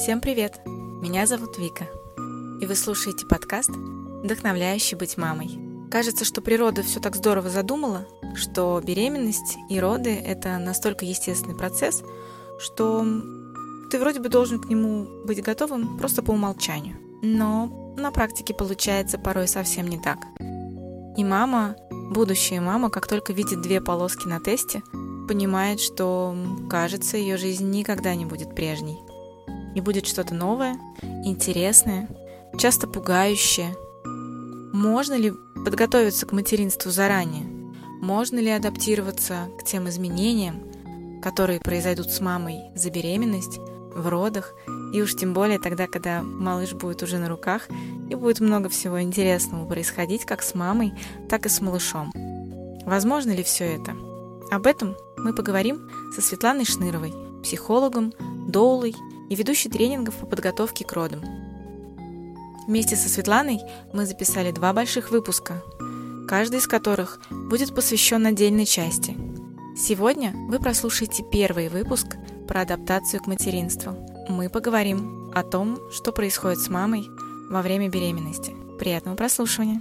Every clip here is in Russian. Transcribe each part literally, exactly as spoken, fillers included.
Всем привет! Меня зовут Вика, и вы слушаете подкаст «Вдохновляющий быть мамой». Кажется, что природа все так здорово задумала, что беременность и роды — это настолько естественный процесс, что ты вроде бы должен к нему быть готовым просто по умолчанию. Но на практике получается порой совсем не так. И мама, будущая мама, как только видит две полоски на тесте, понимает, что, кажется, ее жизнь никогда не будет прежней. И будет что-то новое, интересное, часто пугающее. Можно ли подготовиться к материнству заранее? Можно ли адаптироваться к тем изменениям, которые произойдут с мамой за беременность, в родах, и уж тем более тогда, когда малыш будет уже на руках, и будет много всего интересного происходить как с мамой, так и с малышом. Возможно ли все это? Об этом мы поговорим со Светланой Шныровой, психологом, доулой и ведущей тренингов по подготовке к родам. Вместе со Светланой мы записали два больших выпуска, каждый из которых будет посвящен отдельной части. Сегодня вы прослушаете первый выпуск про адаптацию к материнству. Мы поговорим о том, что происходит с мамой во время беременности. Приятного прослушивания!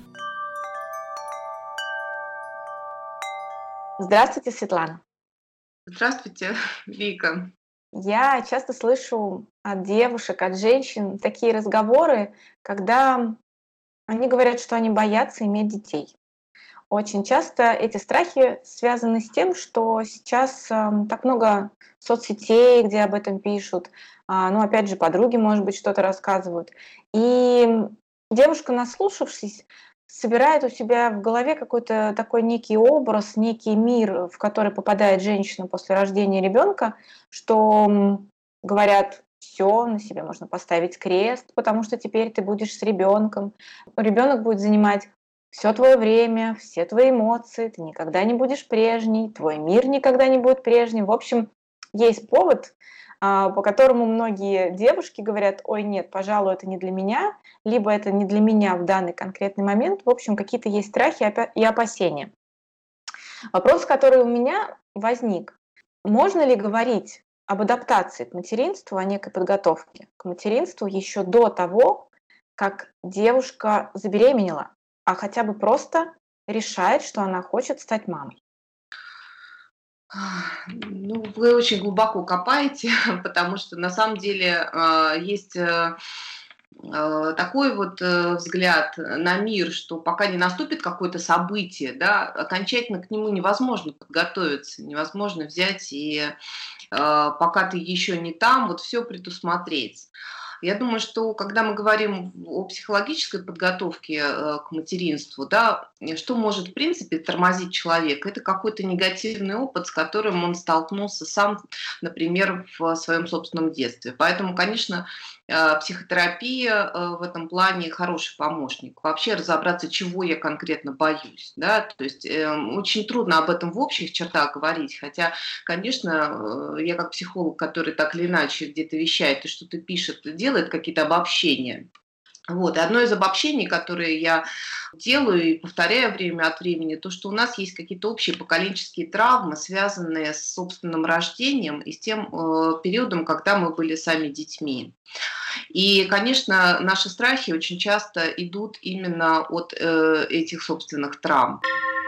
Здравствуйте, Светлана. Здравствуйте, Вика. Я часто слышу от девушек, от женщин такие разговоры, когда они говорят, что они боятся иметь детей. Очень часто эти страхи связаны с тем, что сейчас э, так много соцсетей, где об этом пишут, а, ну, опять же, подруги, может быть, что-то рассказывают. И девушка, наслушавшись, собирает у себя в голове какой-то такой некий образ, некий мир, в который попадает женщина после рождения ребенка, что м, говорят: все, на себе можно поставить крест, потому что теперь ты будешь с ребенком. Ребенок будет занимать все твое время, все твои эмоции, ты никогда не будешь прежней, твой мир никогда не будет прежним. В общем, есть повод, а, по которому многие девушки говорят: ой, нет, пожалуй, это не для меня, либо это не для меня в данный конкретный момент. В общем, какие-то есть страхи и опасения. Вопрос, который у меня возник: можно ли говорить об адаптации к материнству, о некой подготовке к материнству еще до того, как девушка забеременела, а хотя бы просто решает, что она хочет стать мамой? Ну, вы очень глубоко копаете, потому что на самом деле э, есть э, э, такой вот э, взгляд на мир, что пока не наступит какое-то событие, да, окончательно к нему невозможно подготовиться, невозможно взять и э, пока ты еще не там, вот все предусмотреть. Я думаю, что когда мы говорим о психологической подготовке э, к материнству, да, что может, в принципе, тормозить человека, это какой-то негативный опыт, с которым он столкнулся сам, например, в своем собственном детстве. Поэтому, конечно, э, психотерапия э, в этом плане хороший помощник. Вообще разобраться, чего я конкретно боюсь. Да? То есть э, очень трудно об этом в общих чертах говорить, хотя, конечно, э, я как психолог, который так или иначе где-то вещает и что-то пишет, делает какие-то обобщения. Вот. И одно из обобщений, которые я делаю и повторяю время от времени, то, что у нас есть какие-то общие поколенческие травмы, связанные с собственным рождением и с тем э, периодом, когда мы были сами детьми. И, конечно, наши страхи очень часто идут именно от э, этих собственных травм.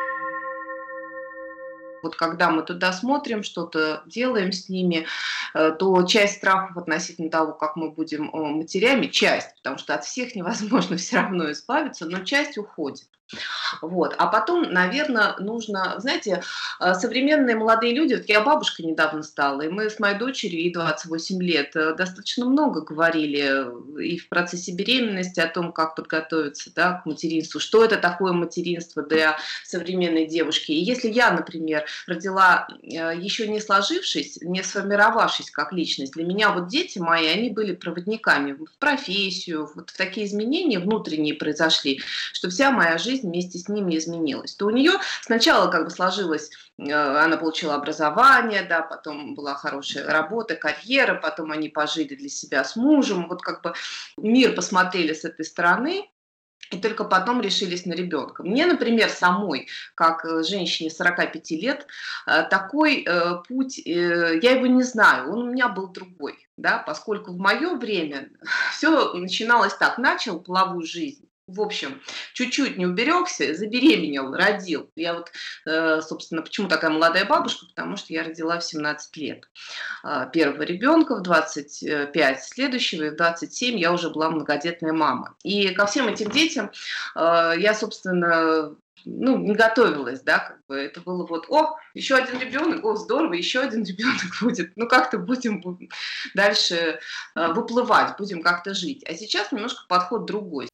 Вот когда мы туда смотрим, что-то делаем с ними, то часть страхов относительно того, как мы будем матерями, часть, потому что от всех невозможно все равно избавиться, но часть уходит. Вот. А потом, наверное, нужно, знаете, современные молодые люди, вот я бабушка недавно стала, и мы с моей дочерью, ей двадцать восемь лет, достаточно много говорили и в процессе беременности о том, как подготовиться, да, к материнству, что это такое материнство для современной девушки. И если я, например, родила еще не сложившись, не сформировавшись как личность, для меня вот дети мои, они были проводниками в профессию, вот в такие изменения внутренние произошли, что вся моя жизнь вместе с ними изменилась. То у нее сначала как бы сложилось, она получила образование, да, потом была хорошая работа, карьера, потом они пожили для себя с мужем, вот как бы мир посмотрели с этой стороны, и только потом решились на ребенка. Мне, например, самой, как женщине сорока пяти лет, такой путь, я его не знаю, он у меня был другой. да, поскольку в мое время все начиналось так, начал половую жизнь, в общем, чуть-чуть не уберегся, забеременел, родил. Я вот, э, собственно, почему такая молодая бабушка? Потому что я родила в семнадцать лет э, первого ребенка, в двадцать пять следующего, и в двадцать семь я уже была многодетная мама. И ко всем этим детям э, я, собственно, ну, не готовилась, да, как бы это было вот, о, еще один ребенок, о, здорово, еще один ребенок будет, ну, как-то будем дальше э, выплывать, будем как-то жить. А сейчас немножко подход другой.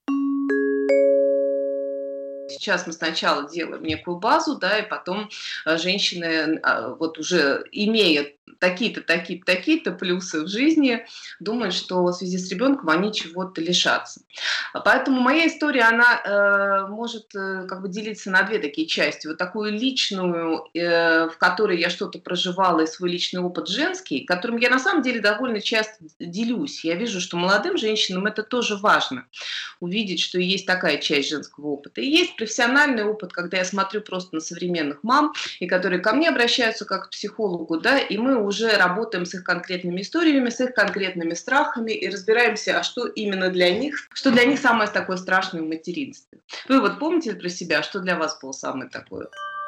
Сейчас мы сначала делаем некую базу, да, и потом женщины, вот уже имея такие-то, такие-то, такие-то плюсы в жизни, думают, что в связи с ребенком они чего-то лишатся. Поэтому моя история, она э, может э, как бы делиться на две такие части. Вот такую личную, э, в которой я что-то проживала, и свой личный опыт женский, которым я на самом деле довольно часто делюсь. Я вижу, что молодым женщинам это тоже важно, увидеть, что есть такая часть женского опыта. И есть профессиональный опыт, когда я смотрю просто на современных мам, и которые ко мне обращаются как к психологу, да, и мы уже работаем с их конкретными историями, с их конкретными страхами и разбираемся, а что именно для них, что для них самое такое страшное в материнстве. Вы вот помните про себя, что для вас было самое такое?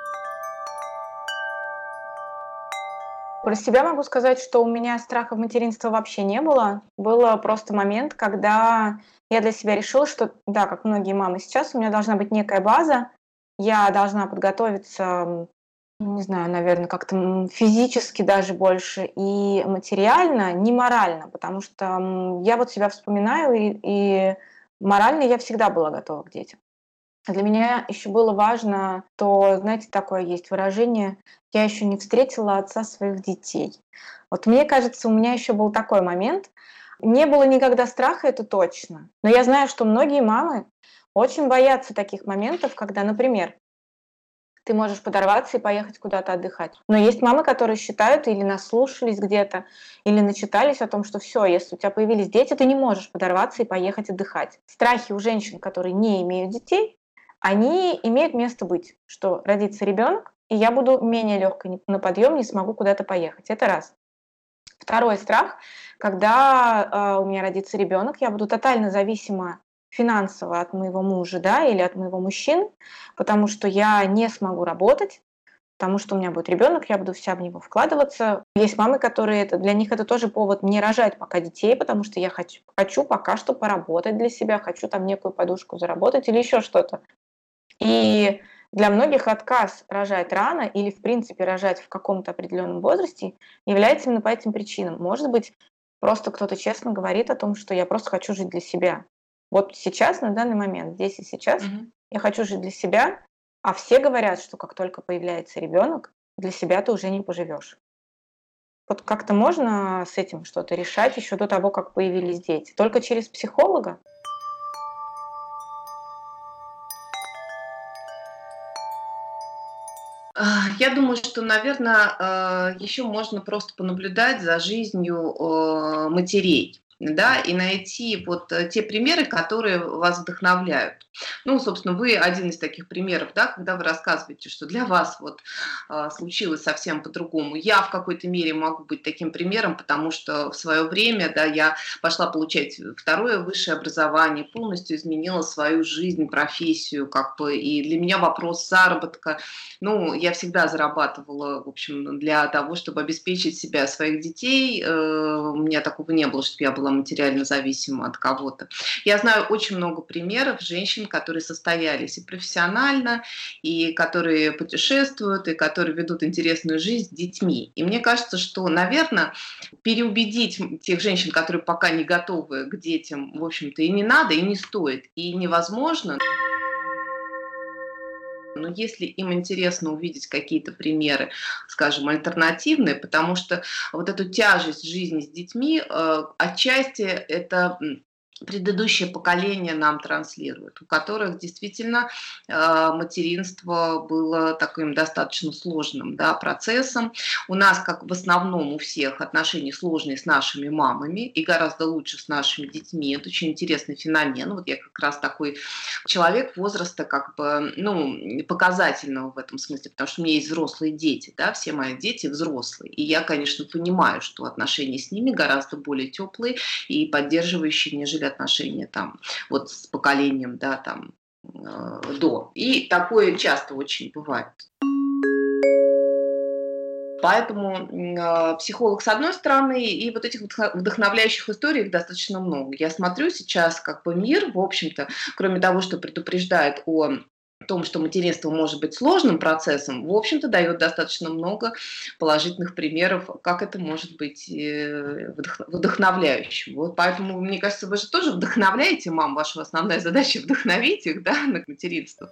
Про себя могу сказать, что у меня страха в материнстве вообще не было. Был просто момент, когда я для себя решила, что, да, как многие мамы сейчас, у меня должна быть некая база, я должна подготовиться, не знаю, наверное, как-то физически даже больше и материально, не морально, потому что я вот себя вспоминаю, и, и морально я всегда была готова к детям. Для меня еще было важно, то, знаете, такое есть выражение, я еще не встретила отца своих детей. Вот мне кажется, у меня еще был такой момент. Не было никогда страха, это точно. Но я знаю, что многие мамы очень боятся таких моментов, когда, например, ты можешь подорваться и поехать куда-то отдыхать. Но есть мамы, которые считают или наслушались где-то, или начитались о том, что все, если у тебя появились дети, ты не можешь подорваться и поехать отдыхать. Страхи у женщин, которые не имеют детей, они имеют место быть, что родится ребенок, и я буду менее легкой на подъем, не смогу куда-то поехать. Это раз. Второй страх, когда э, у меня родится ребенок, я буду тотально зависима финансово от моего мужа, да, или от моего мужчины, потому что я не смогу работать, потому что у меня будет ребенок, я буду вся в него вкладываться. Есть мамы, которые это, для них это тоже повод не рожать пока детей, потому что я хочу, хочу пока что поработать для себя, хочу там некую подушку заработать или еще что-то. И для многих отказ рожать рано или, в принципе, рожать в каком-то определенном возрасте является именно по этим причинам. Может быть, просто кто-то честно говорит о том, что я просто хочу жить для себя. Вот сейчас, на данный момент, здесь и сейчас, mm-hmm. я хочу жить для себя, а все говорят, что как только появляется ребенок, для себя ты уже не поживешь. Вот как-то можно с этим что-то решать еще до того, как появились дети? Только через психолога? Я думаю, что, наверное, еще можно просто понаблюдать за жизнью матерей, да, и найти вот те примеры, которые вас вдохновляют. Ну, собственно, вы один из таких примеров, да, когда вы рассказываете, что для вас вот э, случилось совсем по-другому. Я в какой-то мере могу быть таким примером, потому что в свое время, да, я пошла получать второе высшее образование, полностью изменила свою жизнь, профессию, как бы, и для меня вопрос заработка, ну, я всегда зарабатывала, в общем, для того, чтобы обеспечить себя, своих детей, э, у меня такого не было, чтобы я была материально зависима от кого-то. Я знаю очень много примеров женщин, которые состоялись и профессионально, и которые путешествуют, и которые ведут интересную жизнь с детьми. И мне кажется, что, наверное, переубедить тех женщин, которые пока не готовы к детям, в общем-то, и не надо, и не стоит, и невозможно. Но если им интересно увидеть какие-то примеры, скажем, альтернативные, потому что вот эту тяжесть жизни с детьми, э, отчасти это предыдущее поколение нам транслирует, у которых действительно э, материнство было таким достаточно сложным, да, процессом. У нас, как в основном у всех, отношения сложные с нашими мамами и гораздо лучше с нашими детьми. Это очень интересный феномен. Вот я как раз такой человек возраста как бы, ну, показательного в этом смысле, потому что у меня есть взрослые дети, да, все мои дети взрослые. И я, конечно, понимаю, что отношения с ними гораздо более теплые и поддерживающие, нежели отношения там вот с поколением, да, там э, до. И такое часто очень бывает. Поэтому э, психолог с одной стороны, и вот этих вдохновляющих историй их достаточно много. Я смотрю сейчас как бы мир, в общем-то, кроме того, что предупреждает о том, что материнство может быть сложным процессом, в общем-то, дает достаточно много положительных примеров, как это может быть вдохновляющим. Вот поэтому, мне кажется, вы же тоже вдохновляете мам, ваша основная задача вдохновить их, да, на материнство.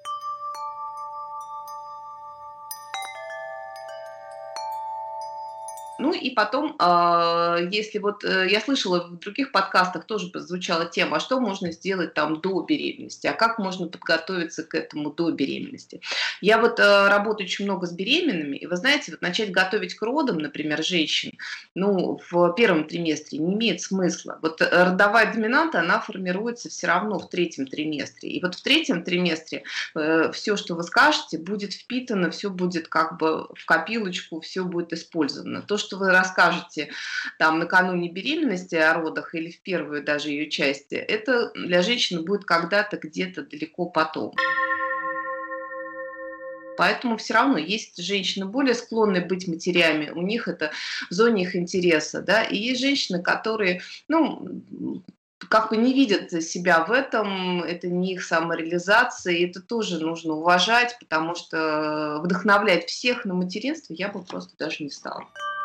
Ну и потом, если вот я слышала в других подкастах тоже звучала тема, а что можно сделать там до беременности, а как можно подготовиться к этому до беременности. Я вот работаю очень много с беременными, и вы знаете, вот начать готовить к родам, например, женщин, ну, в первом триместре не имеет смысла. Вот родовая доминанта, она формируется все равно в третьем триместре. И вот в третьем триместре все, что вы скажете, будет впитано, все будет как бы в копилочку, все будет использовано. То, что что вы расскажете там накануне беременности о родах или в первую даже ее части, это для женщины будет когда-то где-то далеко потом. Поэтому все равно есть женщины более склонные быть матерями, у них это в зоне их интереса, да, и есть женщины, которые, ну, как бы не видят себя в этом, это не их самореализация, и это тоже нужно уважать, потому что вдохновлять всех на материнство я бы просто даже не стала.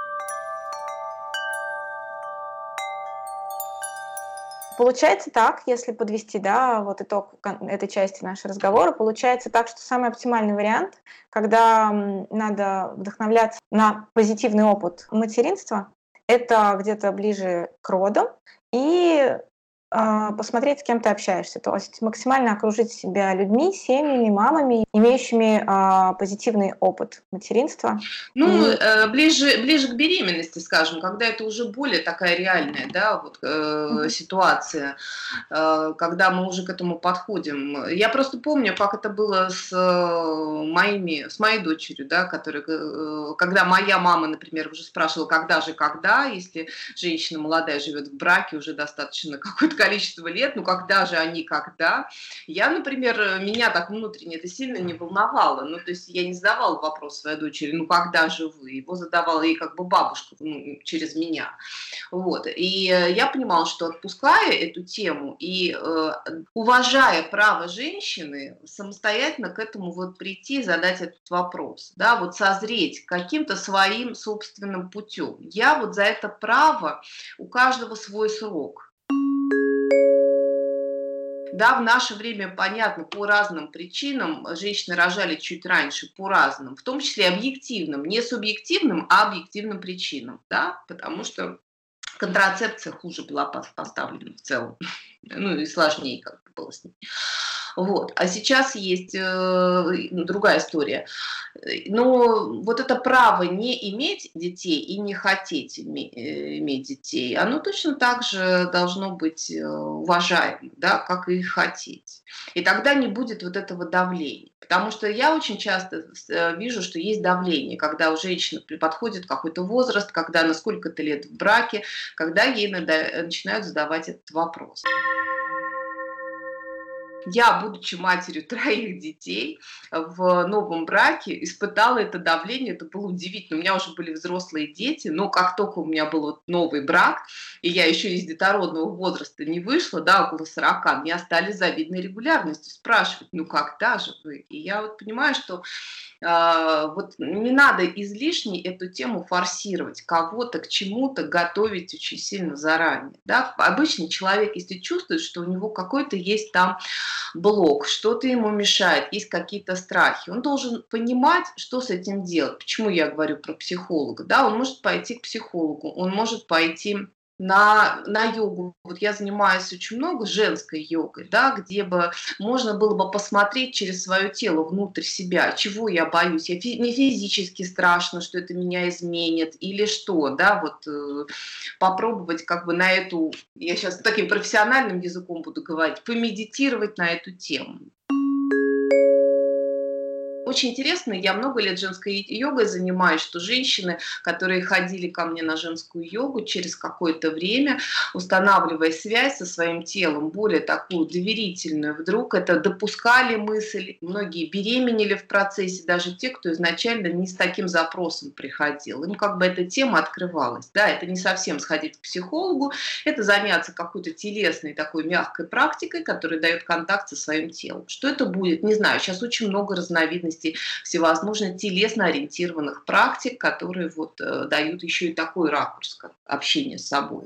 Получается так, если подвести, да, вот итог этой части нашего разговора, получается так, что самый оптимальный вариант, когда надо вдохновляться на позитивный опыт материнства, это где-то ближе к родам и э, посмотреть, с кем ты общаешься. То есть максимально окружить себя людьми, семьями, мамами, имеющими э, позитивный опыт материнства. Ну, и... э, ближе, ближе к беременности, скажем, когда это уже более такая реальная, да, вот, э, mm-hmm. ситуация, э, когда мы уже к этому подходим. Я просто помню, как это было с э, моими, с моей дочерью, да, которая, э, когда моя мама, например, уже спрашивала, когда же, когда, если женщина молодая живет в браке уже достаточно какое-то количество лет, ну когда же они, когда? Я, например, меня так внутренне это сильно не волновало, ну то есть я не задавала вопрос своей дочери, ну когда же вы? Его задавала ей как бы бабушка, ну, через меня. Вот. И я понимала, что отпуская эту тему и э, уважая право женщины самостоятельно к этому вот прийти и задать этот вопрос, да, вот созреть каким-то своим собственным путем. Я вот за это право, у каждого свой срок. Да, в наше время, понятно, по разным причинам женщины рожали чуть раньше, по разным, в том числе объективным, не субъективным, а объективным причинам, да, потому что контрацепция хуже была поставлена в целом, ну и сложнее как бы было с ней. Вот. А сейчас есть э, другая история. Но вот это право не иметь детей и не хотеть иметь, э, иметь детей, оно точно так же должно быть э, уважаемо, да, как и хотеть. И тогда не будет вот этого давления. Потому что я очень часто э, вижу, что есть давление, когда у женщины подходит какой-то возраст, когда она сколько-то лет в браке, когда ей надо, начинают задавать этот вопрос. Я, будучи матерью троих детей в новом браке, испытала это давление, это было удивительно. У меня уже были взрослые дети, но как только у меня был новый брак, и я еще из детородного возраста не вышла, да, около сорока, меня стали с завидной регулярностью спрашивать, ну когда же вы? И я вот понимаю, что э, вот не надо излишне эту тему форсировать, кого-то к чему-то готовить очень сильно заранее. Да? Обычный человек, если чувствует, что у него какой-то есть там блок, что-то ему мешает, есть какие-то страхи. Он должен понимать, что с этим делать. Почему я говорю про психолога? Да, он может пойти к психологу, он может пойти на, на йогу. Вот я занимаюсь очень много женской йогой, да, где бы можно было бы посмотреть через свое тело внутрь себя, чего я боюсь. Я фи- не физически страшно, что это меня изменит или что, да, вот э, попробовать как бы на эту, я сейчас таким профессиональным языком буду говорить, помедитировать на эту тему. Очень интересно, я много лет женской йогой занимаюсь, что женщины, которые ходили ко мне на женскую йогу, через какое-то время, устанавливая связь со своим телом, более такую доверительную, вдруг это допускали мысль, многие беременели в процессе, даже те, кто изначально не с таким запросом приходил. Им как бы эта тема открывалась. Да, это не совсем сходить к психологу, это заняться какой-то телесной такой мягкой практикой, которая дает контакт со своим телом. Что это будет, не знаю. Сейчас очень много разновидностей всевозможных телесно ориентированных практик, которые вот, э, дают еще и такой ракурс, как общение с собой.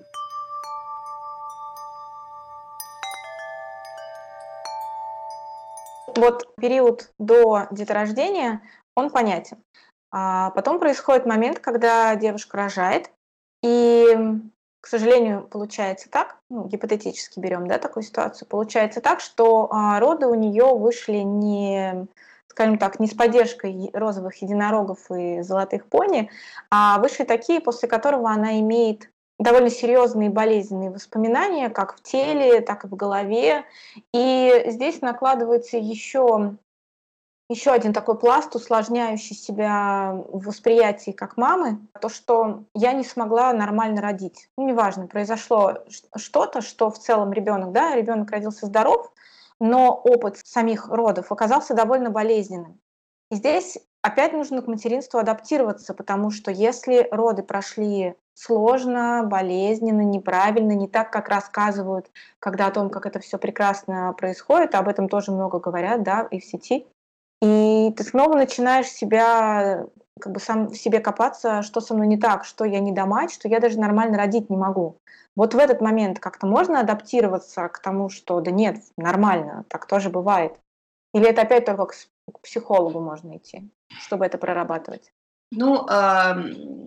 Вот период до деторождения, он понятен. А потом происходит момент, когда девушка рожает, и, к сожалению, получается так, ну, гипотетически берем, да, такую ситуацию, получается так, что а, роды у нее вышли не, скажем так, не с поддержкой розовых единорогов и золотых пони, а вышли такие, после которого она имеет довольно серьезные болезненные воспоминания, как в теле, так и в голове. И здесь накладывается еще, еще один такой пласт, усложняющий себя в восприятии как мамы, то, что я не смогла нормально родить. Ну, неважно, произошло что-то, что в целом ребенок, да, ребенок родился здоров, но опыт самих родов оказался довольно болезненным. И здесь опять нужно к материнству адаптироваться, потому что если роды прошли сложно, болезненно, неправильно, не так, как рассказывают, когда о том, как это все прекрасно происходит, об этом тоже много говорят, да, и в сети, и ты снова начинаешь себя, как бы сам в себе копаться, что со мной не так, что я не домать, что я даже нормально родить не могу. Вот в этот момент как-то можно адаптироваться к тому, что да нет, нормально, так тоже бывает. Или это опять только к к психологу можно идти, чтобы это прорабатывать? Ну, ам,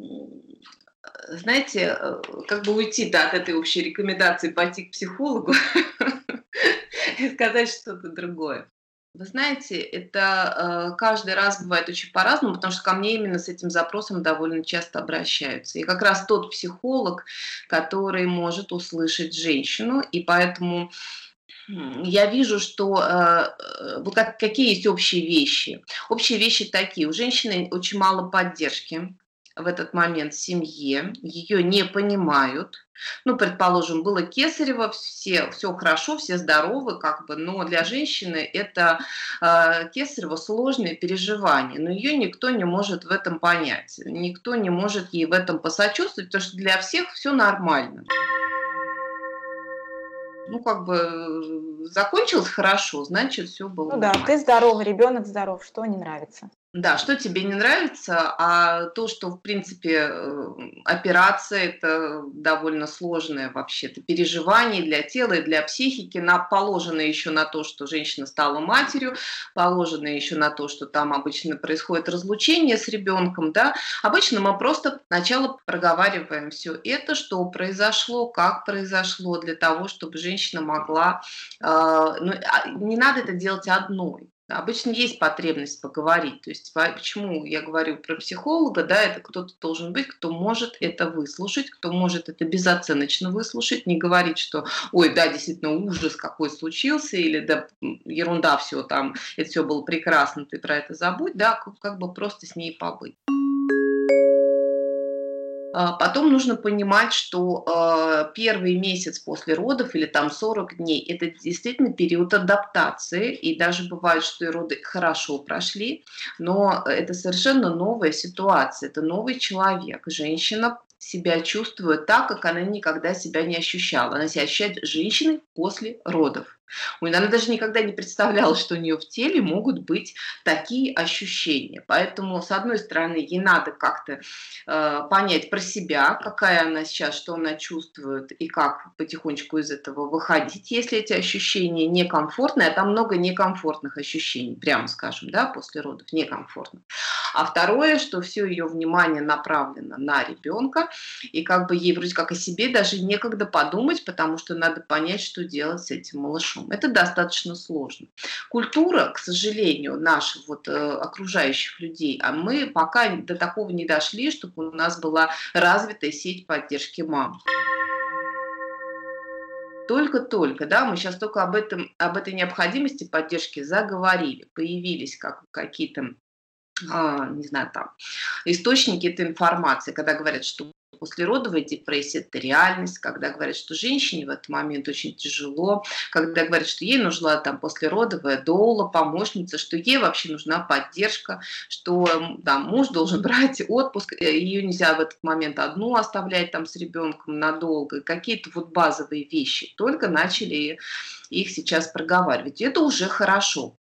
знаете, э, как бы уйти, да, от этой общей рекомендации пойти к психологу и сказать что-то другое. Вы знаете, это э, каждый раз бывает очень по-разному, потому что ко мне именно с этим запросом довольно часто обращаются. И как раз тот психолог, который может услышать женщину, и поэтому м, я вижу, что э, э, вот как, какие есть общие вещи. Общие вещи такие. У женщины очень мало поддержки в этот момент в семье, ее не понимают. Ну, предположим, было кесарево, все, все хорошо, все здоровы, как бы, но для женщины это э, кесарево сложное переживание, но ее никто не может в этом понять, никто не может ей в этом посочувствовать, потому что для всех все нормально. Ну, как бы э, закончилось хорошо, значит, все было Ну да, нормально. ты здоров, ребенок здоров, что не нравится? Да, что тебе не нравится, а то, что, в принципе, э, операция – это довольно сложное вообще-то переживание для тела и для психики, на, положено еще на то, что женщина стала матерью, положено еще на то, что там обычно происходит разлучение с ребенком, да. Обычно мы просто сначала проговариваем все это, что произошло, как произошло, для того, чтобы женщина могла… э, ну, а не надо это делать одной. Обычно есть потребность поговорить. То есть почему я говорю про психолога, да, это кто-то должен быть, кто может это выслушать, кто может это безоценочно выслушать, не говорить, что ой, да, действительно ужас какой случился, или да, ерунда, все там, это все было прекрасно, ты про это забудь, да, как бы просто с ней побыть. Потом нужно понимать, что э, первый месяц после родов или там сорок дней – это действительно период адаптации, и даже бывает, что и роды хорошо прошли, но это совершенно новая ситуация, это новый человек, женщина себя чувствует так, как она никогда себя не ощущала. Она себя ощущает женщиной после родов. Ой, она даже никогда не представляла, что у нее в теле могут быть такие ощущения. Поэтому, с одной стороны, ей надо как-то э, понять про себя, какая она сейчас, что она чувствует и как потихонечку из этого выходить, если эти ощущения некомфортные, а там много некомфортных ощущений, прямо скажем, да, после родов, некомфортных. А второе, что все ее внимание направлено на ребенка, и как бы ей вроде как о себе даже некогда подумать, потому что надо понять, что делать с этим малышом. Это достаточно сложно. Культура, к сожалению, наших вот э, окружающих людей, а мы пока до такого не дошли, чтобы у нас была развитая сеть поддержки мам. Только-только, да, мы сейчас только об этом, об этой необходимости поддержки заговорили, появились как какие-то, а, не знаю, там, источники этой информации, когда говорят, что послеродовая депрессия – это реальность, когда говорят, что женщине в этот момент очень тяжело, когда говорят, что ей нужна там послеродовая доула, помощница, что ей вообще нужна поддержка, что там, муж должен брать отпуск, ее нельзя в этот момент одну оставлять там с ребенком надолго, какие-то вот базовые вещи, только начали их сейчас проговаривать. И это уже хорошо.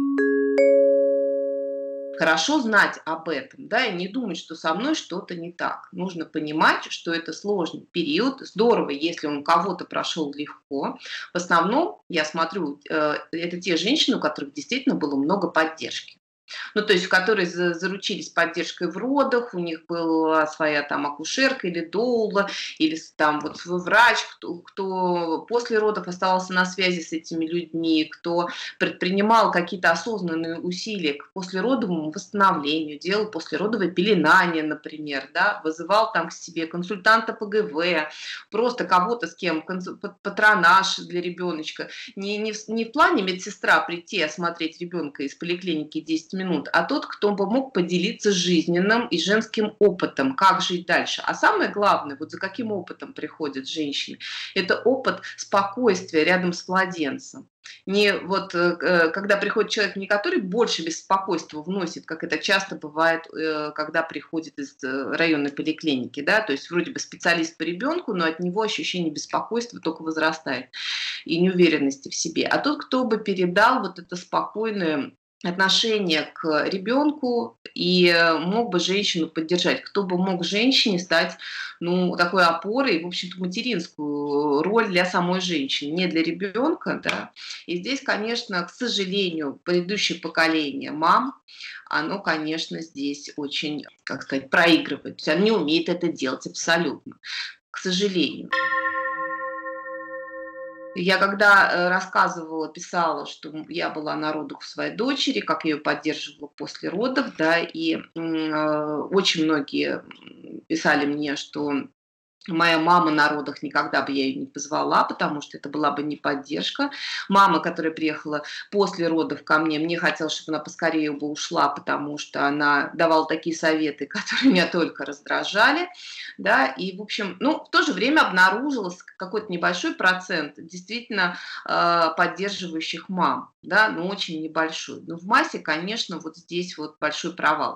Хорошо знать об этом, да, и не думать, что со мной что-то не так. Нужно понимать, что это сложный период. Здорово, если он у кого-то прошел легко. В основном, я смотрю, это те женщины, у которых действительно было много поддержки. Ну, то есть, которые заручились поддержкой в родах, у них была своя там акушерка или доула, или там вот врач, кто, кто после родов оставался на связи с этими людьми, кто предпринимал какие-то осознанные усилия к послеродовому восстановлению, делал послеродовое пеленание, например, да, вызывал там к себе консультанта по гэ вэ, просто кого-то, с кем патронаж для ребеночка. Не, не, в, не в плане медсестра прийти осмотреть ребенка из поликлиники десять минут, а тот, кто бы мог поделиться жизненным и женским опытом, как жить дальше. А самое главное, вот за каким опытом приходят женщины, это опыт спокойствия рядом с младенцем. Не вот когда приходит человек, не который больше беспокойства вносит, как это часто бывает, когда приходит из районной поликлиники, да, то есть вроде бы специалист по ребенку, но от него ощущение беспокойства только возрастает и неуверенности в себе. А тот, кто бы передал вот это спокойное отношение к ребенку и мог бы женщину поддержать, кто бы мог женщине стать, ну, такой опорой, в общем-то, материнскую роль для самой женщины, не для ребенка, да. И здесь, конечно, к сожалению, предыдущее поколение мам, оно, конечно, здесь очень, как сказать, проигрывает, то есть оно не умеет это делать абсолютно, к сожалению. Я когда рассказывала, писала, что я была на родах у своей дочери, как я ее поддерживала после родов, да, и э, очень многие писали мне, что моя мама на родах, никогда бы я ее не позвала, потому что это была бы не поддержка. Мама, которая приехала после родов ко мне, мне хотелось, чтобы она поскорее бы ушла, потому что она давала такие советы, которые меня только раздражали. Да, и, в общем, ну, в то же время обнаружилось какой-то небольшой процент действительно э, поддерживающих мам, да, но очень небольшой. Но в массе, конечно, вот здесь вот большой провал.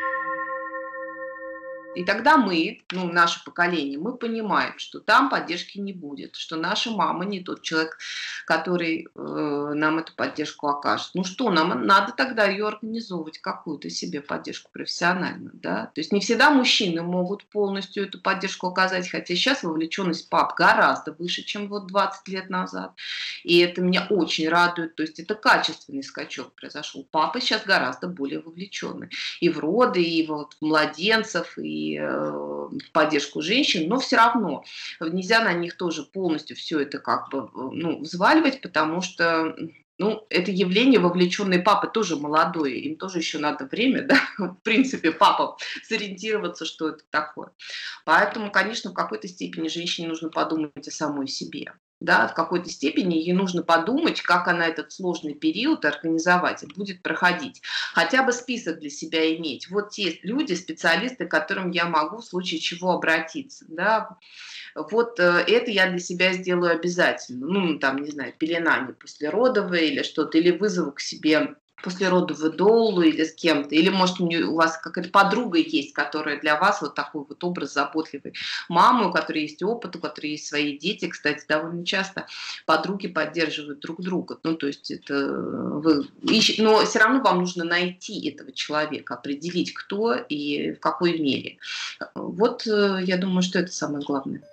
И тогда мы, ну, наше поколение, мы понимаем, что там поддержки не будет, что наша мама не тот человек, который э, нам эту поддержку окажет. Ну что, нам надо тогда ее организовывать, какую-то себе поддержку профессиональную, да. То есть не всегда мужчины могут полностью эту поддержку оказать, хотя сейчас вовлеченность пап гораздо выше, чем вот двадцать лет назад. И это меня очень радует, то есть это качественный скачок произошел. Папы сейчас гораздо более вовлечены и в роды, и вот в младенцев, и в поддержку женщин, но все равно нельзя на них тоже полностью все это как бы, ну, взваливать, потому что, ну, это явление, вовлеченные папы тоже молодое, им тоже еще надо время, да, в принципе, папам сориентироваться, что это такое. Поэтому, конечно, в какой-то степени женщине нужно подумать о самой себе. Да, в какой-то степени ей нужно подумать, как она этот сложный период организовать и будет проходить. Хотя бы список для себя иметь. Вот те люди, специалисты, к которым я могу в случае чего обратиться. Да. Вот это я для себя сделаю обязательно. Ну, там, не знаю, пеленание послеродовое или что-то, или вызову к себе послеродовую доулу или с кем-то, или, может, у вас какая-то подруга есть, которая для вас вот такой вот образ заботливой мамы, у которой есть опыт, у которой есть свои дети. Кстати, довольно часто подруги поддерживают друг друга. Ну, то есть это вы ищете, но все равно вам нужно найти этого человека, определить, кто и в какой мере. Вот я думаю, что это самое главное.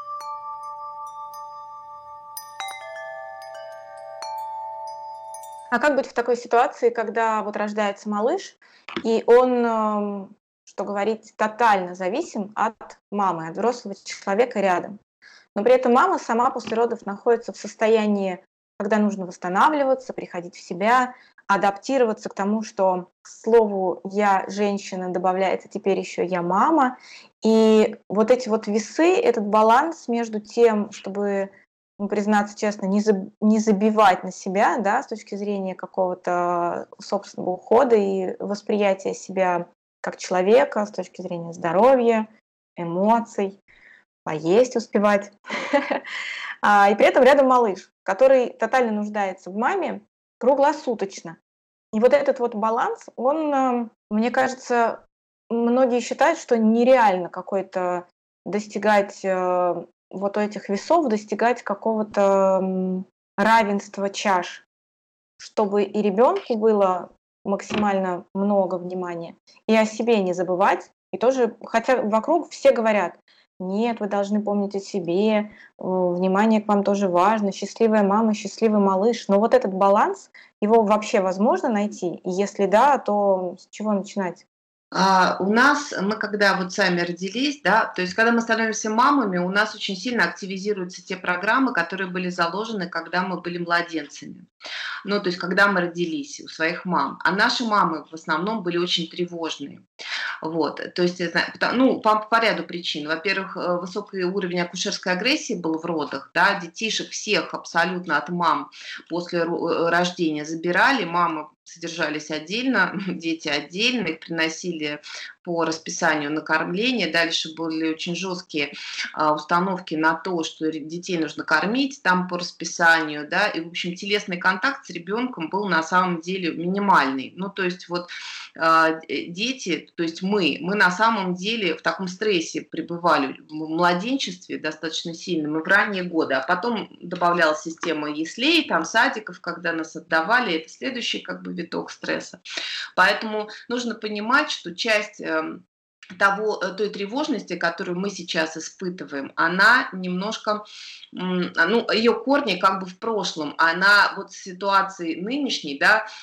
А как быть в такой ситуации, когда вот рождается малыш, и он, что говорить, тотально зависим от мамы, от взрослого человека рядом? Но при этом мама сама после родов находится в состоянии, когда нужно восстанавливаться, приходить в себя, адаптироваться к тому, что к слову «я женщина» добавляется теперь еще «я мама». И вот эти вот весы, этот баланс между тем, чтобы, ну, признаться честно, не, за, не забивать на себя, да, с точки зрения какого-то собственного ухода и восприятия себя как человека, с точки зрения здоровья, эмоций, поесть успевать. И при этом рядом малыш, который тотально нуждается в маме круглосуточно. И вот этот вот баланс, он, мне кажется, многие считают, что нереально какой-то достигать вот этих весов, достигать какого-то равенства чаш, чтобы и ребенку было максимально много внимания, и о себе не забывать. И тоже, хотя вокруг все говорят: нет, вы должны помнить о себе, внимание к вам тоже важно, счастливая мама, счастливый малыш. Но вот этот баланс, его вообще возможно найти? И если да, то с чего начинать? А, у нас, мы когда вот сами родились, да, то есть когда мы становимся мамами, у нас очень сильно активизируются те программы, которые были заложены, когда мы были младенцами. Ну, то есть когда мы родились у своих мам. А наши мамы в основном были очень тревожные. Вот, то есть, ну, по, по ряду причин. Во-первых, высокий уровень акушерской агрессии был в родах, да, детишек всех абсолютно от мам после рождения забирали, мамы содержались отдельно, дети отдельно, их приносили по расписанию на кормление. Дальше были очень жесткие а, установки на то, что детей нужно кормить там по расписанию, да, и, в общем, телесный контакт с ребенком был на самом деле минимальный. Ну, то есть вот а, дети, то есть мы, мы на самом деле в таком стрессе пребывали в младенчестве достаточно сильном и в ранние годы, а потом добавлялась система яслей, там садиков, когда нас отдавали, это следующий как бы виток стресса. Поэтому нужно понимать, что часть того, той тревожности, которую мы сейчас испытываем, она немножко, ну, ее корни как бы в прошлом, она вот с ситуацией нынешней,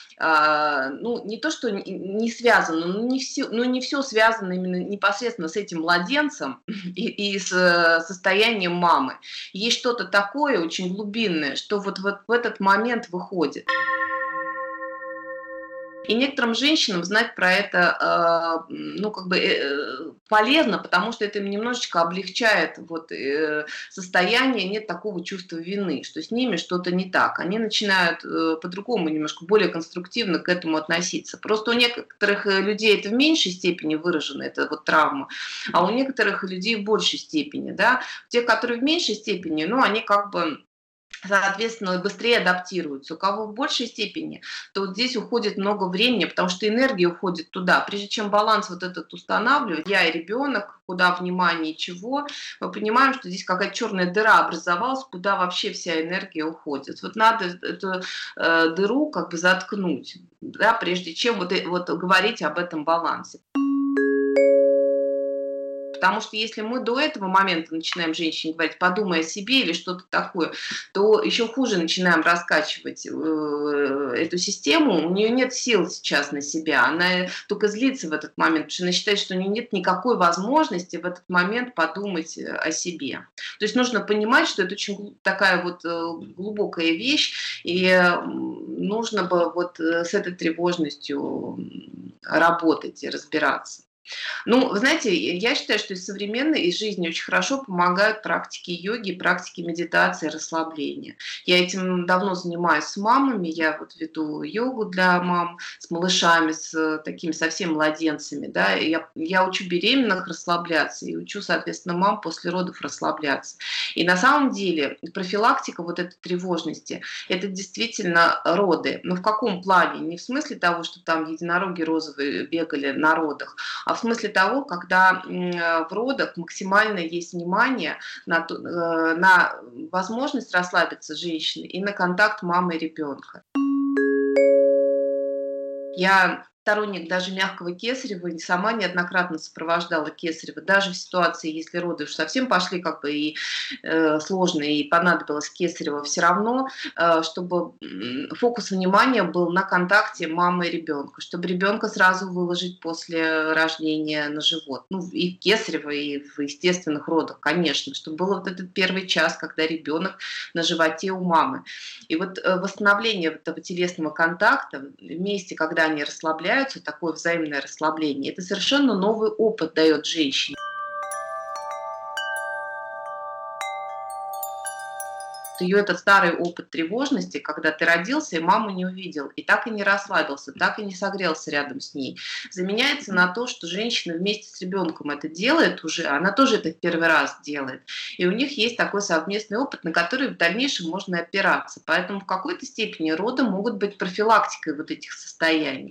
да, ну, не то, что не связано, но не все, ну, не все связано именно непосредственно с этим младенцем и, и с состоянием мамы. Есть что-то такое очень глубинное, что вот, вот в этот момент выходит. И некоторым женщинам знать про это, э, ну, как бы э, полезно, потому что это им немножечко облегчает вот, э, состояние, нет такого чувства вины, что с ними что-то не так. Они начинают э, по-другому, немножко более конструктивно к этому относиться. Просто у некоторых людей это в меньшей степени выражено, это вот травма, а у некоторых людей в большей степени. Да? Те, которые в меньшей степени, ну, они как бы... соответственно, быстрее адаптируются. У кого в большей степени, то вот здесь уходит много времени, потому что энергия уходит туда. Прежде чем баланс вот этот устанавливать, я и ребенок, куда внимание, чего, мы понимаем, что здесь какая-то черная дыра образовалась, куда вообще вся энергия уходит. Вот надо эту э, дыру как бы заткнуть, да, прежде чем вот, вот говорить об этом балансе. Потому что если мы до этого момента начинаем женщине говорить, подумай о себе или что-то такое, то еще хуже начинаем раскачивать э, эту систему. У нее нет сил сейчас на себя, она только злится в этот момент, потому что она считает, что у нее нет никакой возможности в этот момент подумать о себе. То есть нужно понимать, что это очень такая вот глубокая вещь, и нужно бы вот с этой тревожностью работать и разбираться. Ну, вы знаете, я считаю, что из современной, из жизни очень хорошо помогают практики йоги, практики медитации, расслабления. Я этим давно занимаюсь с мамами, я вот веду йогу для мам с малышами, с такими совсем младенцами, да, и я, я учу беременных расслабляться и учу, соответственно, мам после родов расслабляться. И на самом деле профилактика вот этой тревожности, это действительно роды. Но в каком плане? Не в смысле того, что там единороги розовые бегали на родах, а в смысле того, когда в родах максимально есть внимание на, на возможность расслабиться женщины и на контакт мамы и ребенка. Я сторонник даже мягкого кесарева, и сама неоднократно сопровождала кесарево, даже в ситуации, если роды уж совсем пошли как бы и э, сложные, и понадобилось кесарево, все равно, э, чтобы фокус внимания был на контакте мамы и ребенка, чтобы ребенка сразу выложить после рождения на живот. Ну, и в кесарево, и в естественных родах, конечно, чтобы был вот этот первый час, когда ребенок на животе у мамы. И вот э, восстановление этого телесного контакта вместе, когда они расслабляются, такое взаимное расслабление, это совершенно новый опыт дает женщине. Ее этот старый опыт тревожности, когда ты родился и маму не увидел, и так и не расслабился, так и не согрелся рядом с ней, заменяется на то, что женщина вместе с ребенком это делает уже, она тоже это в первый раз делает, и у них есть такой совместный опыт, на который в дальнейшем можно опираться. Поэтому в какой-то степени роды могут быть профилактикой вот этих состояний.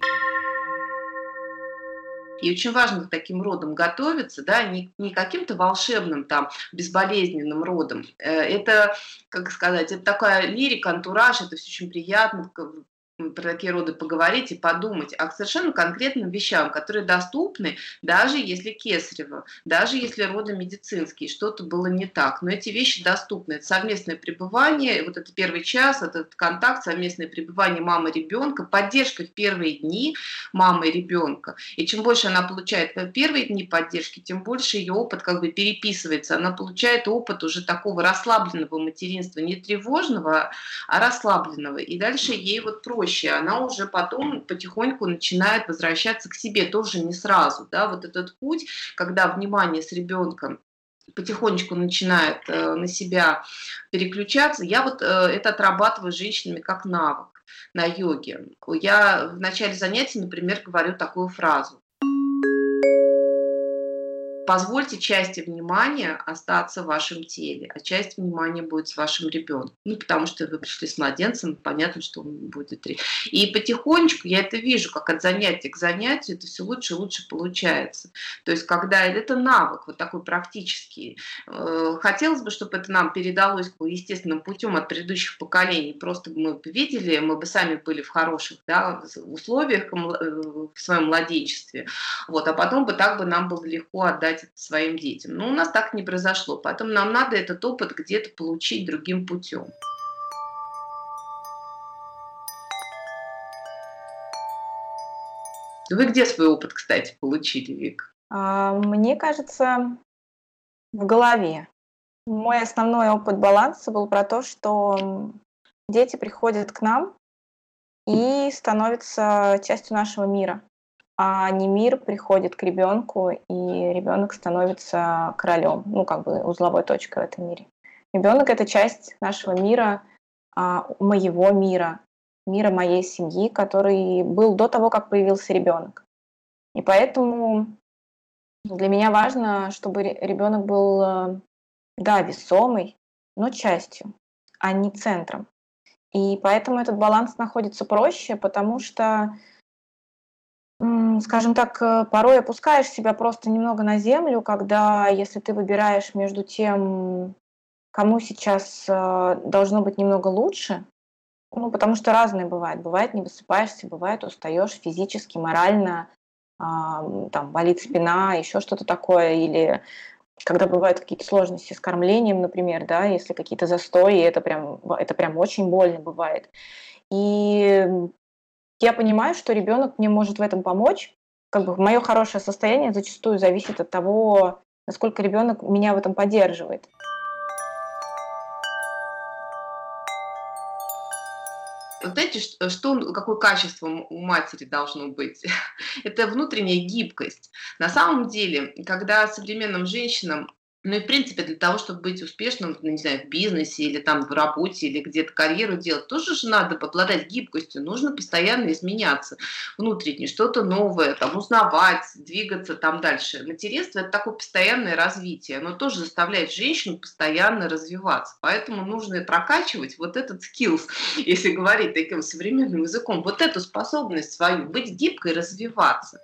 И очень важно к таким родам готовиться, да, не, не каким-то волшебным, там, безболезненным родом. Это, как сказать, это такая лирика, антураж, это все очень приятно, про такие роды поговорить и подумать, а к совершенно конкретным вещам, которые доступны, даже если кесарево, даже если роды медицинские, что-то было не так. Но эти вещи доступны. Это совместное пребывание, вот это первый час, этот контакт, совместное пребывание мамы и ребенка, поддержка в первые дни мамы и ребенка. И чем больше она получает в первые дни поддержки, тем больше ее опыт как бы переписывается. Она получает опыт уже такого расслабленного материнства, не тревожного, а расслабленного. И дальше ей вот проще. Она уже потом потихоньку начинает возвращаться к себе, тоже не сразу. Да? Вот этот путь, когда внимание с ребенком потихонечку начинает э, на себя переключаться, я вот э, это отрабатываю с женщинами как навык на йоге. Я в начале занятий, например, говорю такую фразу. Позвольте части внимания остаться в вашем теле, а часть внимания будет с вашим ребенком. Ну, потому что вы пришли с младенцем, понятно, что он будет три. И потихонечку я это вижу, как от занятия к занятию это все лучше и лучше получается. То есть, когда это навык вот такой практический, хотелось бы, чтобы это нам передалось естественным путем от предыдущих поколений. Просто мы бы видели, мы бы сами были в хороших, да, условиях в своем младенчестве. Вот, а потом бы так бы нам было легко отдать это своим детям. Но у нас так не произошло, поэтому нам надо этот опыт где-то получить другим путем. Вы где свой опыт, кстати, получили, Вик? Мне кажется, в голове. Мой основной опыт баланса был про то, что дети приходят к нам и становятся частью нашего мира. А не мир приходит к ребенку, и ребенок становится королем, ну, как бы узловой точкой в этом мире. Ребенок — это часть нашего мира, моего мира, мира моей семьи, который был до того, как появился ребенок. И поэтому для меня важно, чтобы ребенок был, да, весомый, но частью, а не центром. И поэтому этот баланс находится проще, потому что, скажем так, порой опускаешь себя просто немного на землю, когда, если ты выбираешь между тем, кому сейчас должно быть немного лучше, ну, потому что разное бывает. Бывает, не высыпаешься, бывает, устаешь физически, морально, там, болит спина, еще что-то такое, или когда бывают какие-то сложности с кормлением, например, да, если какие-то застои, это прям, это прям очень больно бывает. И я понимаю, что ребенок мне может в этом помочь. Как бы мое хорошее состояние зачастую зависит от того, насколько ребенок меня в этом поддерживает. Вот знаете, что, что- какое качество м- у матери должно быть? Это внутренняя гибкость. На самом деле, когда современным женщинам, ну и в принципе для того, чтобы быть успешным, ну, не знаю, в бизнесе или там в работе или где-то карьеру делать, тоже же надо обладать гибкостью, нужно постоянно изменяться внутренне, что-то новое, там узнавать, двигаться там дальше. Материнство – это такое постоянное развитие, оно тоже заставляет женщину постоянно развиваться, поэтому нужно прокачивать вот этот skills, если говорить таким современным языком, вот эту способность свою, быть гибкой, развиваться.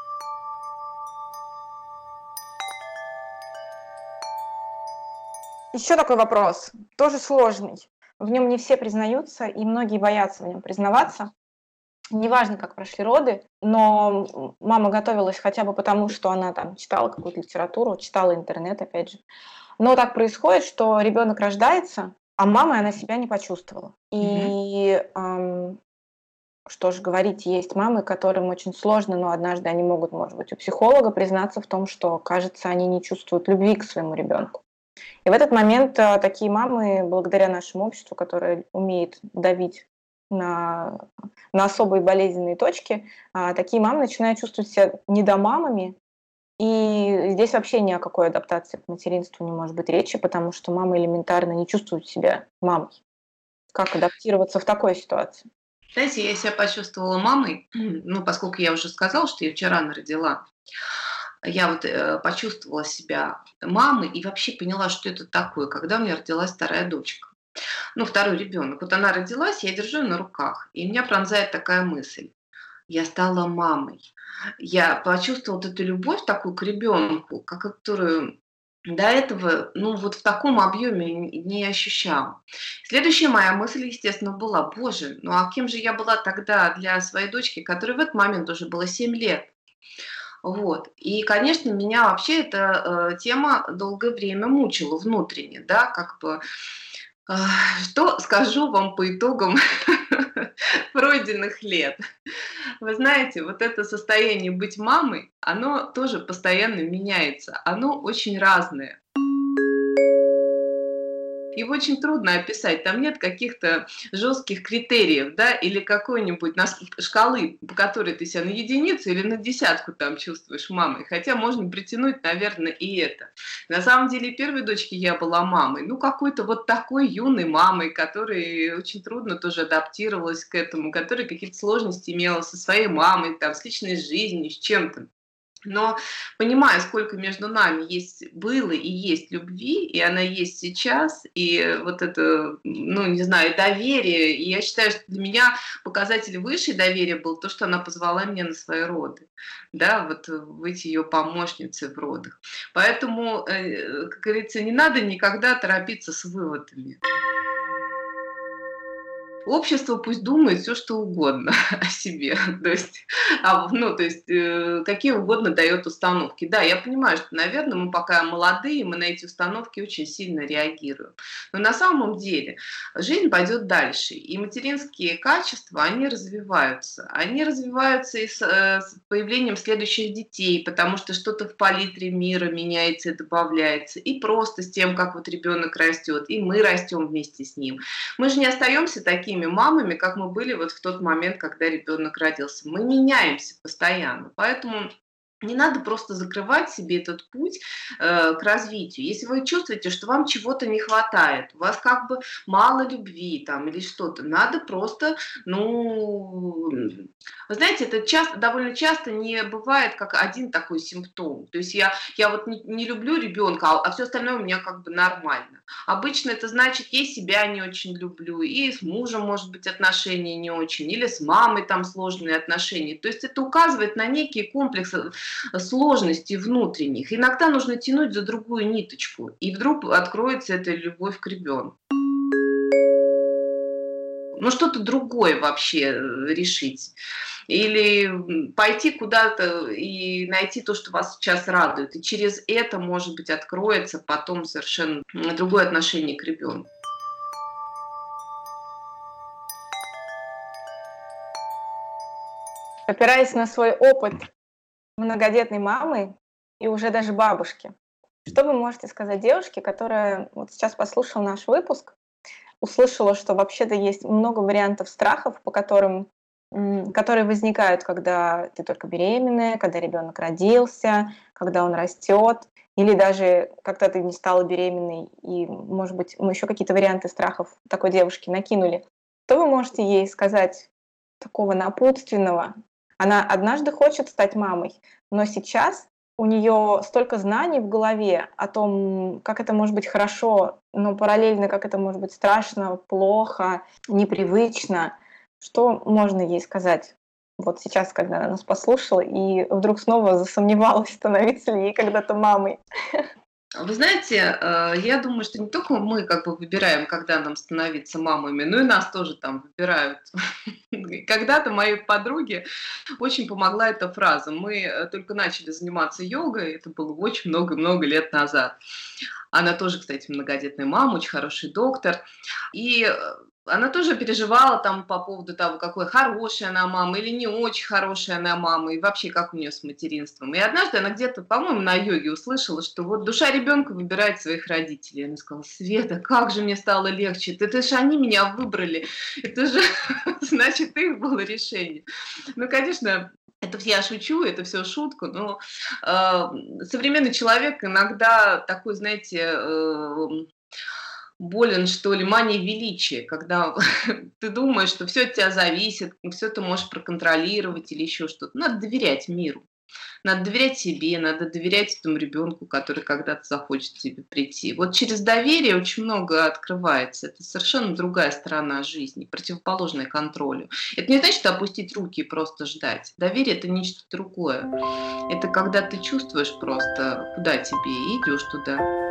Еще такой вопрос, тоже сложный. В нем не все признаются, и многие боятся в нем признаваться. Неважно, как прошли роды, но мама готовилась хотя бы потому, что она там читала какую-то литературу, читала интернет, опять же. Но так происходит, что ребенок рождается, а мамой она себя не почувствовала. И эм, что же говорить, есть мамы, которым очень сложно, но однажды они могут, может быть, у психолога признаться в том, что, кажется, они не чувствуют любви к своему ребенку. И в этот момент э, такие мамы, благодаря нашему обществу, которое умеет давить на, на особые болезненные точки, а, такие мамы начинают чувствовать себя недомамами, и здесь вообще ни о какой адаптации к материнству не может быть речи, потому что мамы элементарно не чувствуют себя мамой. Как адаптироваться в такой ситуации? Знаете, я себя почувствовала мамой, ну, поскольку я уже сказала, что я вчера рано родила, я вот э, почувствовала себя мамой и вообще поняла, что это такое, когда у меня родилась вторая дочка. Ну, второй ребенок. Вот она родилась, я держу ее на руках, и меня пронзает такая мысль. Я стала мамой. Я почувствовала вот эту любовь такую к ребенку, которую до этого, ну, вот в таком объеме не не ощущала. Следующая моя мысль, естественно, была: боже, ну а кем же я была тогда для своей дочки, которой в этот момент уже было семь лет? Вот. И, конечно, меня вообще эта э, тема долгое время мучила внутренне, да, как бы. А, Что скажу вам по итогам пройденных лет? Вы знаете, вот это состояние быть мамой, оно тоже постоянно меняется, оно очень разное. Его очень трудно описать, там нет каких-то жестких критериев, да, или какой-нибудь нас- шкалы, по которой ты себя на единицу или на десятку там чувствуешь мамой, хотя можно притянуть, наверное, и это. На самом деле, первой дочке я была мамой, ну, какой-то вот такой юной мамой, которой очень трудно тоже адаптировалась к этому, которая какие-то сложности имела со своей мамой, там, с личной жизнью, с чем-то. Но понимая, сколько между нами есть было и есть любви, и она есть сейчас, и вот это, ну, не знаю, доверие, и я считаю, что для меня показатель высшей доверия был то, что она позвала меня на свои роды, да, вот э, быть ее помощницей в родах. Поэтому, э, как говорится, не надо никогда торопиться с выводами. Общество пусть думает все что угодно о себе, то есть, а, ну, то есть э, какие угодно дает установки. Да, я понимаю, что, наверное, мы пока молодые, мы на эти установки очень сильно реагируем. Но на самом деле жизнь пойдет дальше, и материнские качества, они развиваются. Они развиваются и с, э, с появлением следующих детей, потому что что-то в палитре мира меняется и добавляется, и просто с тем, как вот ребенок растет, и мы растем вместе с ним. Мы же не остаемся такими мамами, как мы были вот в тот момент, когда ребенок родился. Мы меняемся постоянно. Поэтому не надо просто закрывать себе этот путь э, к развитию. Если вы чувствуете, что вам чего-то не хватает, у вас как бы мало любви там или что-то, надо просто, ну, вы знаете, это часто, довольно часто не бывает как один такой симптом. То есть я, я вот не, не люблю ребенка, а, а все остальное у меня как бы нормально. Обычно это значит, я себя не очень люблю, и с мужем, может быть, отношения не очень, или с мамой там сложные отношения. То есть это указывает на некие комплексы сложностей внутренних. Иногда нужно тянуть за другую ниточку, и вдруг откроется эта любовь к ребенку. Ну, что-то другое вообще э, решить. Или пойти куда-то и найти то, что вас сейчас радует. И через это, может быть, откроется потом совершенно другое отношение к ребенку. Опираясь на свой опыт многодетной мамы и уже даже бабушки, что вы можете сказать девушке, которая вот сейчас послушала наш выпуск, услышала, что вообще-то есть много вариантов страхов, по которым, м, которые возникают, когда ты только беременная, когда ребенок родился, когда он растет, или даже когда ты не стала беременной, и, может быть, мы еще какие-то варианты страхов такой девушки накинули. Что вы можете ей сказать такого напутственного? Она однажды хочет стать мамой, но сейчас у нее столько знаний в голове о том, как это может быть хорошо, но параллельно, как это может быть страшно, плохо, непривычно. Что можно ей сказать вот сейчас, когда она нас послушала и вдруг снова засомневалась, становиться ли ей когда-то мамой? Вы знаете, э, я думаю, что не только мы как бы выбираем, когда нам становиться мамами, но и нас тоже там выбирают. Когда-то моей подруге очень помогла эта фраза. Мы э, только начали заниматься йогой, это было очень много-много лет назад. Она тоже, кстати, многодетная мама, очень хороший доктор. И э, она тоже переживала там по поводу того, какой хорошая она мама или не очень хорошая она мама, и вообще как у нее с материнством. И однажды она где-то, по-моему, на йоге услышала, что вот душа ребенка выбирает своих родителей. И она сказала: Света, как же мне стало легче, это же они меня выбрали, это же, значит, их было решение. Ну, конечно, это я шучу, это все шутка, но э, современный человек иногда такой, знаете, э, болен, что ли, манией величия, когда ты думаешь, что все от тебя зависит, все ты можешь проконтролировать или еще что-то. Надо доверять миру. Надо доверять себе, надо доверять этому ребенку, который когда-то захочет к тебе прийти. Вот через доверие очень много открывается. Это совершенно другая сторона жизни, противоположная контролю. Это не значит опустить руки и просто ждать. Доверие – это нечто другое. Это когда ты чувствуешь просто, куда тебе, и идешь туда.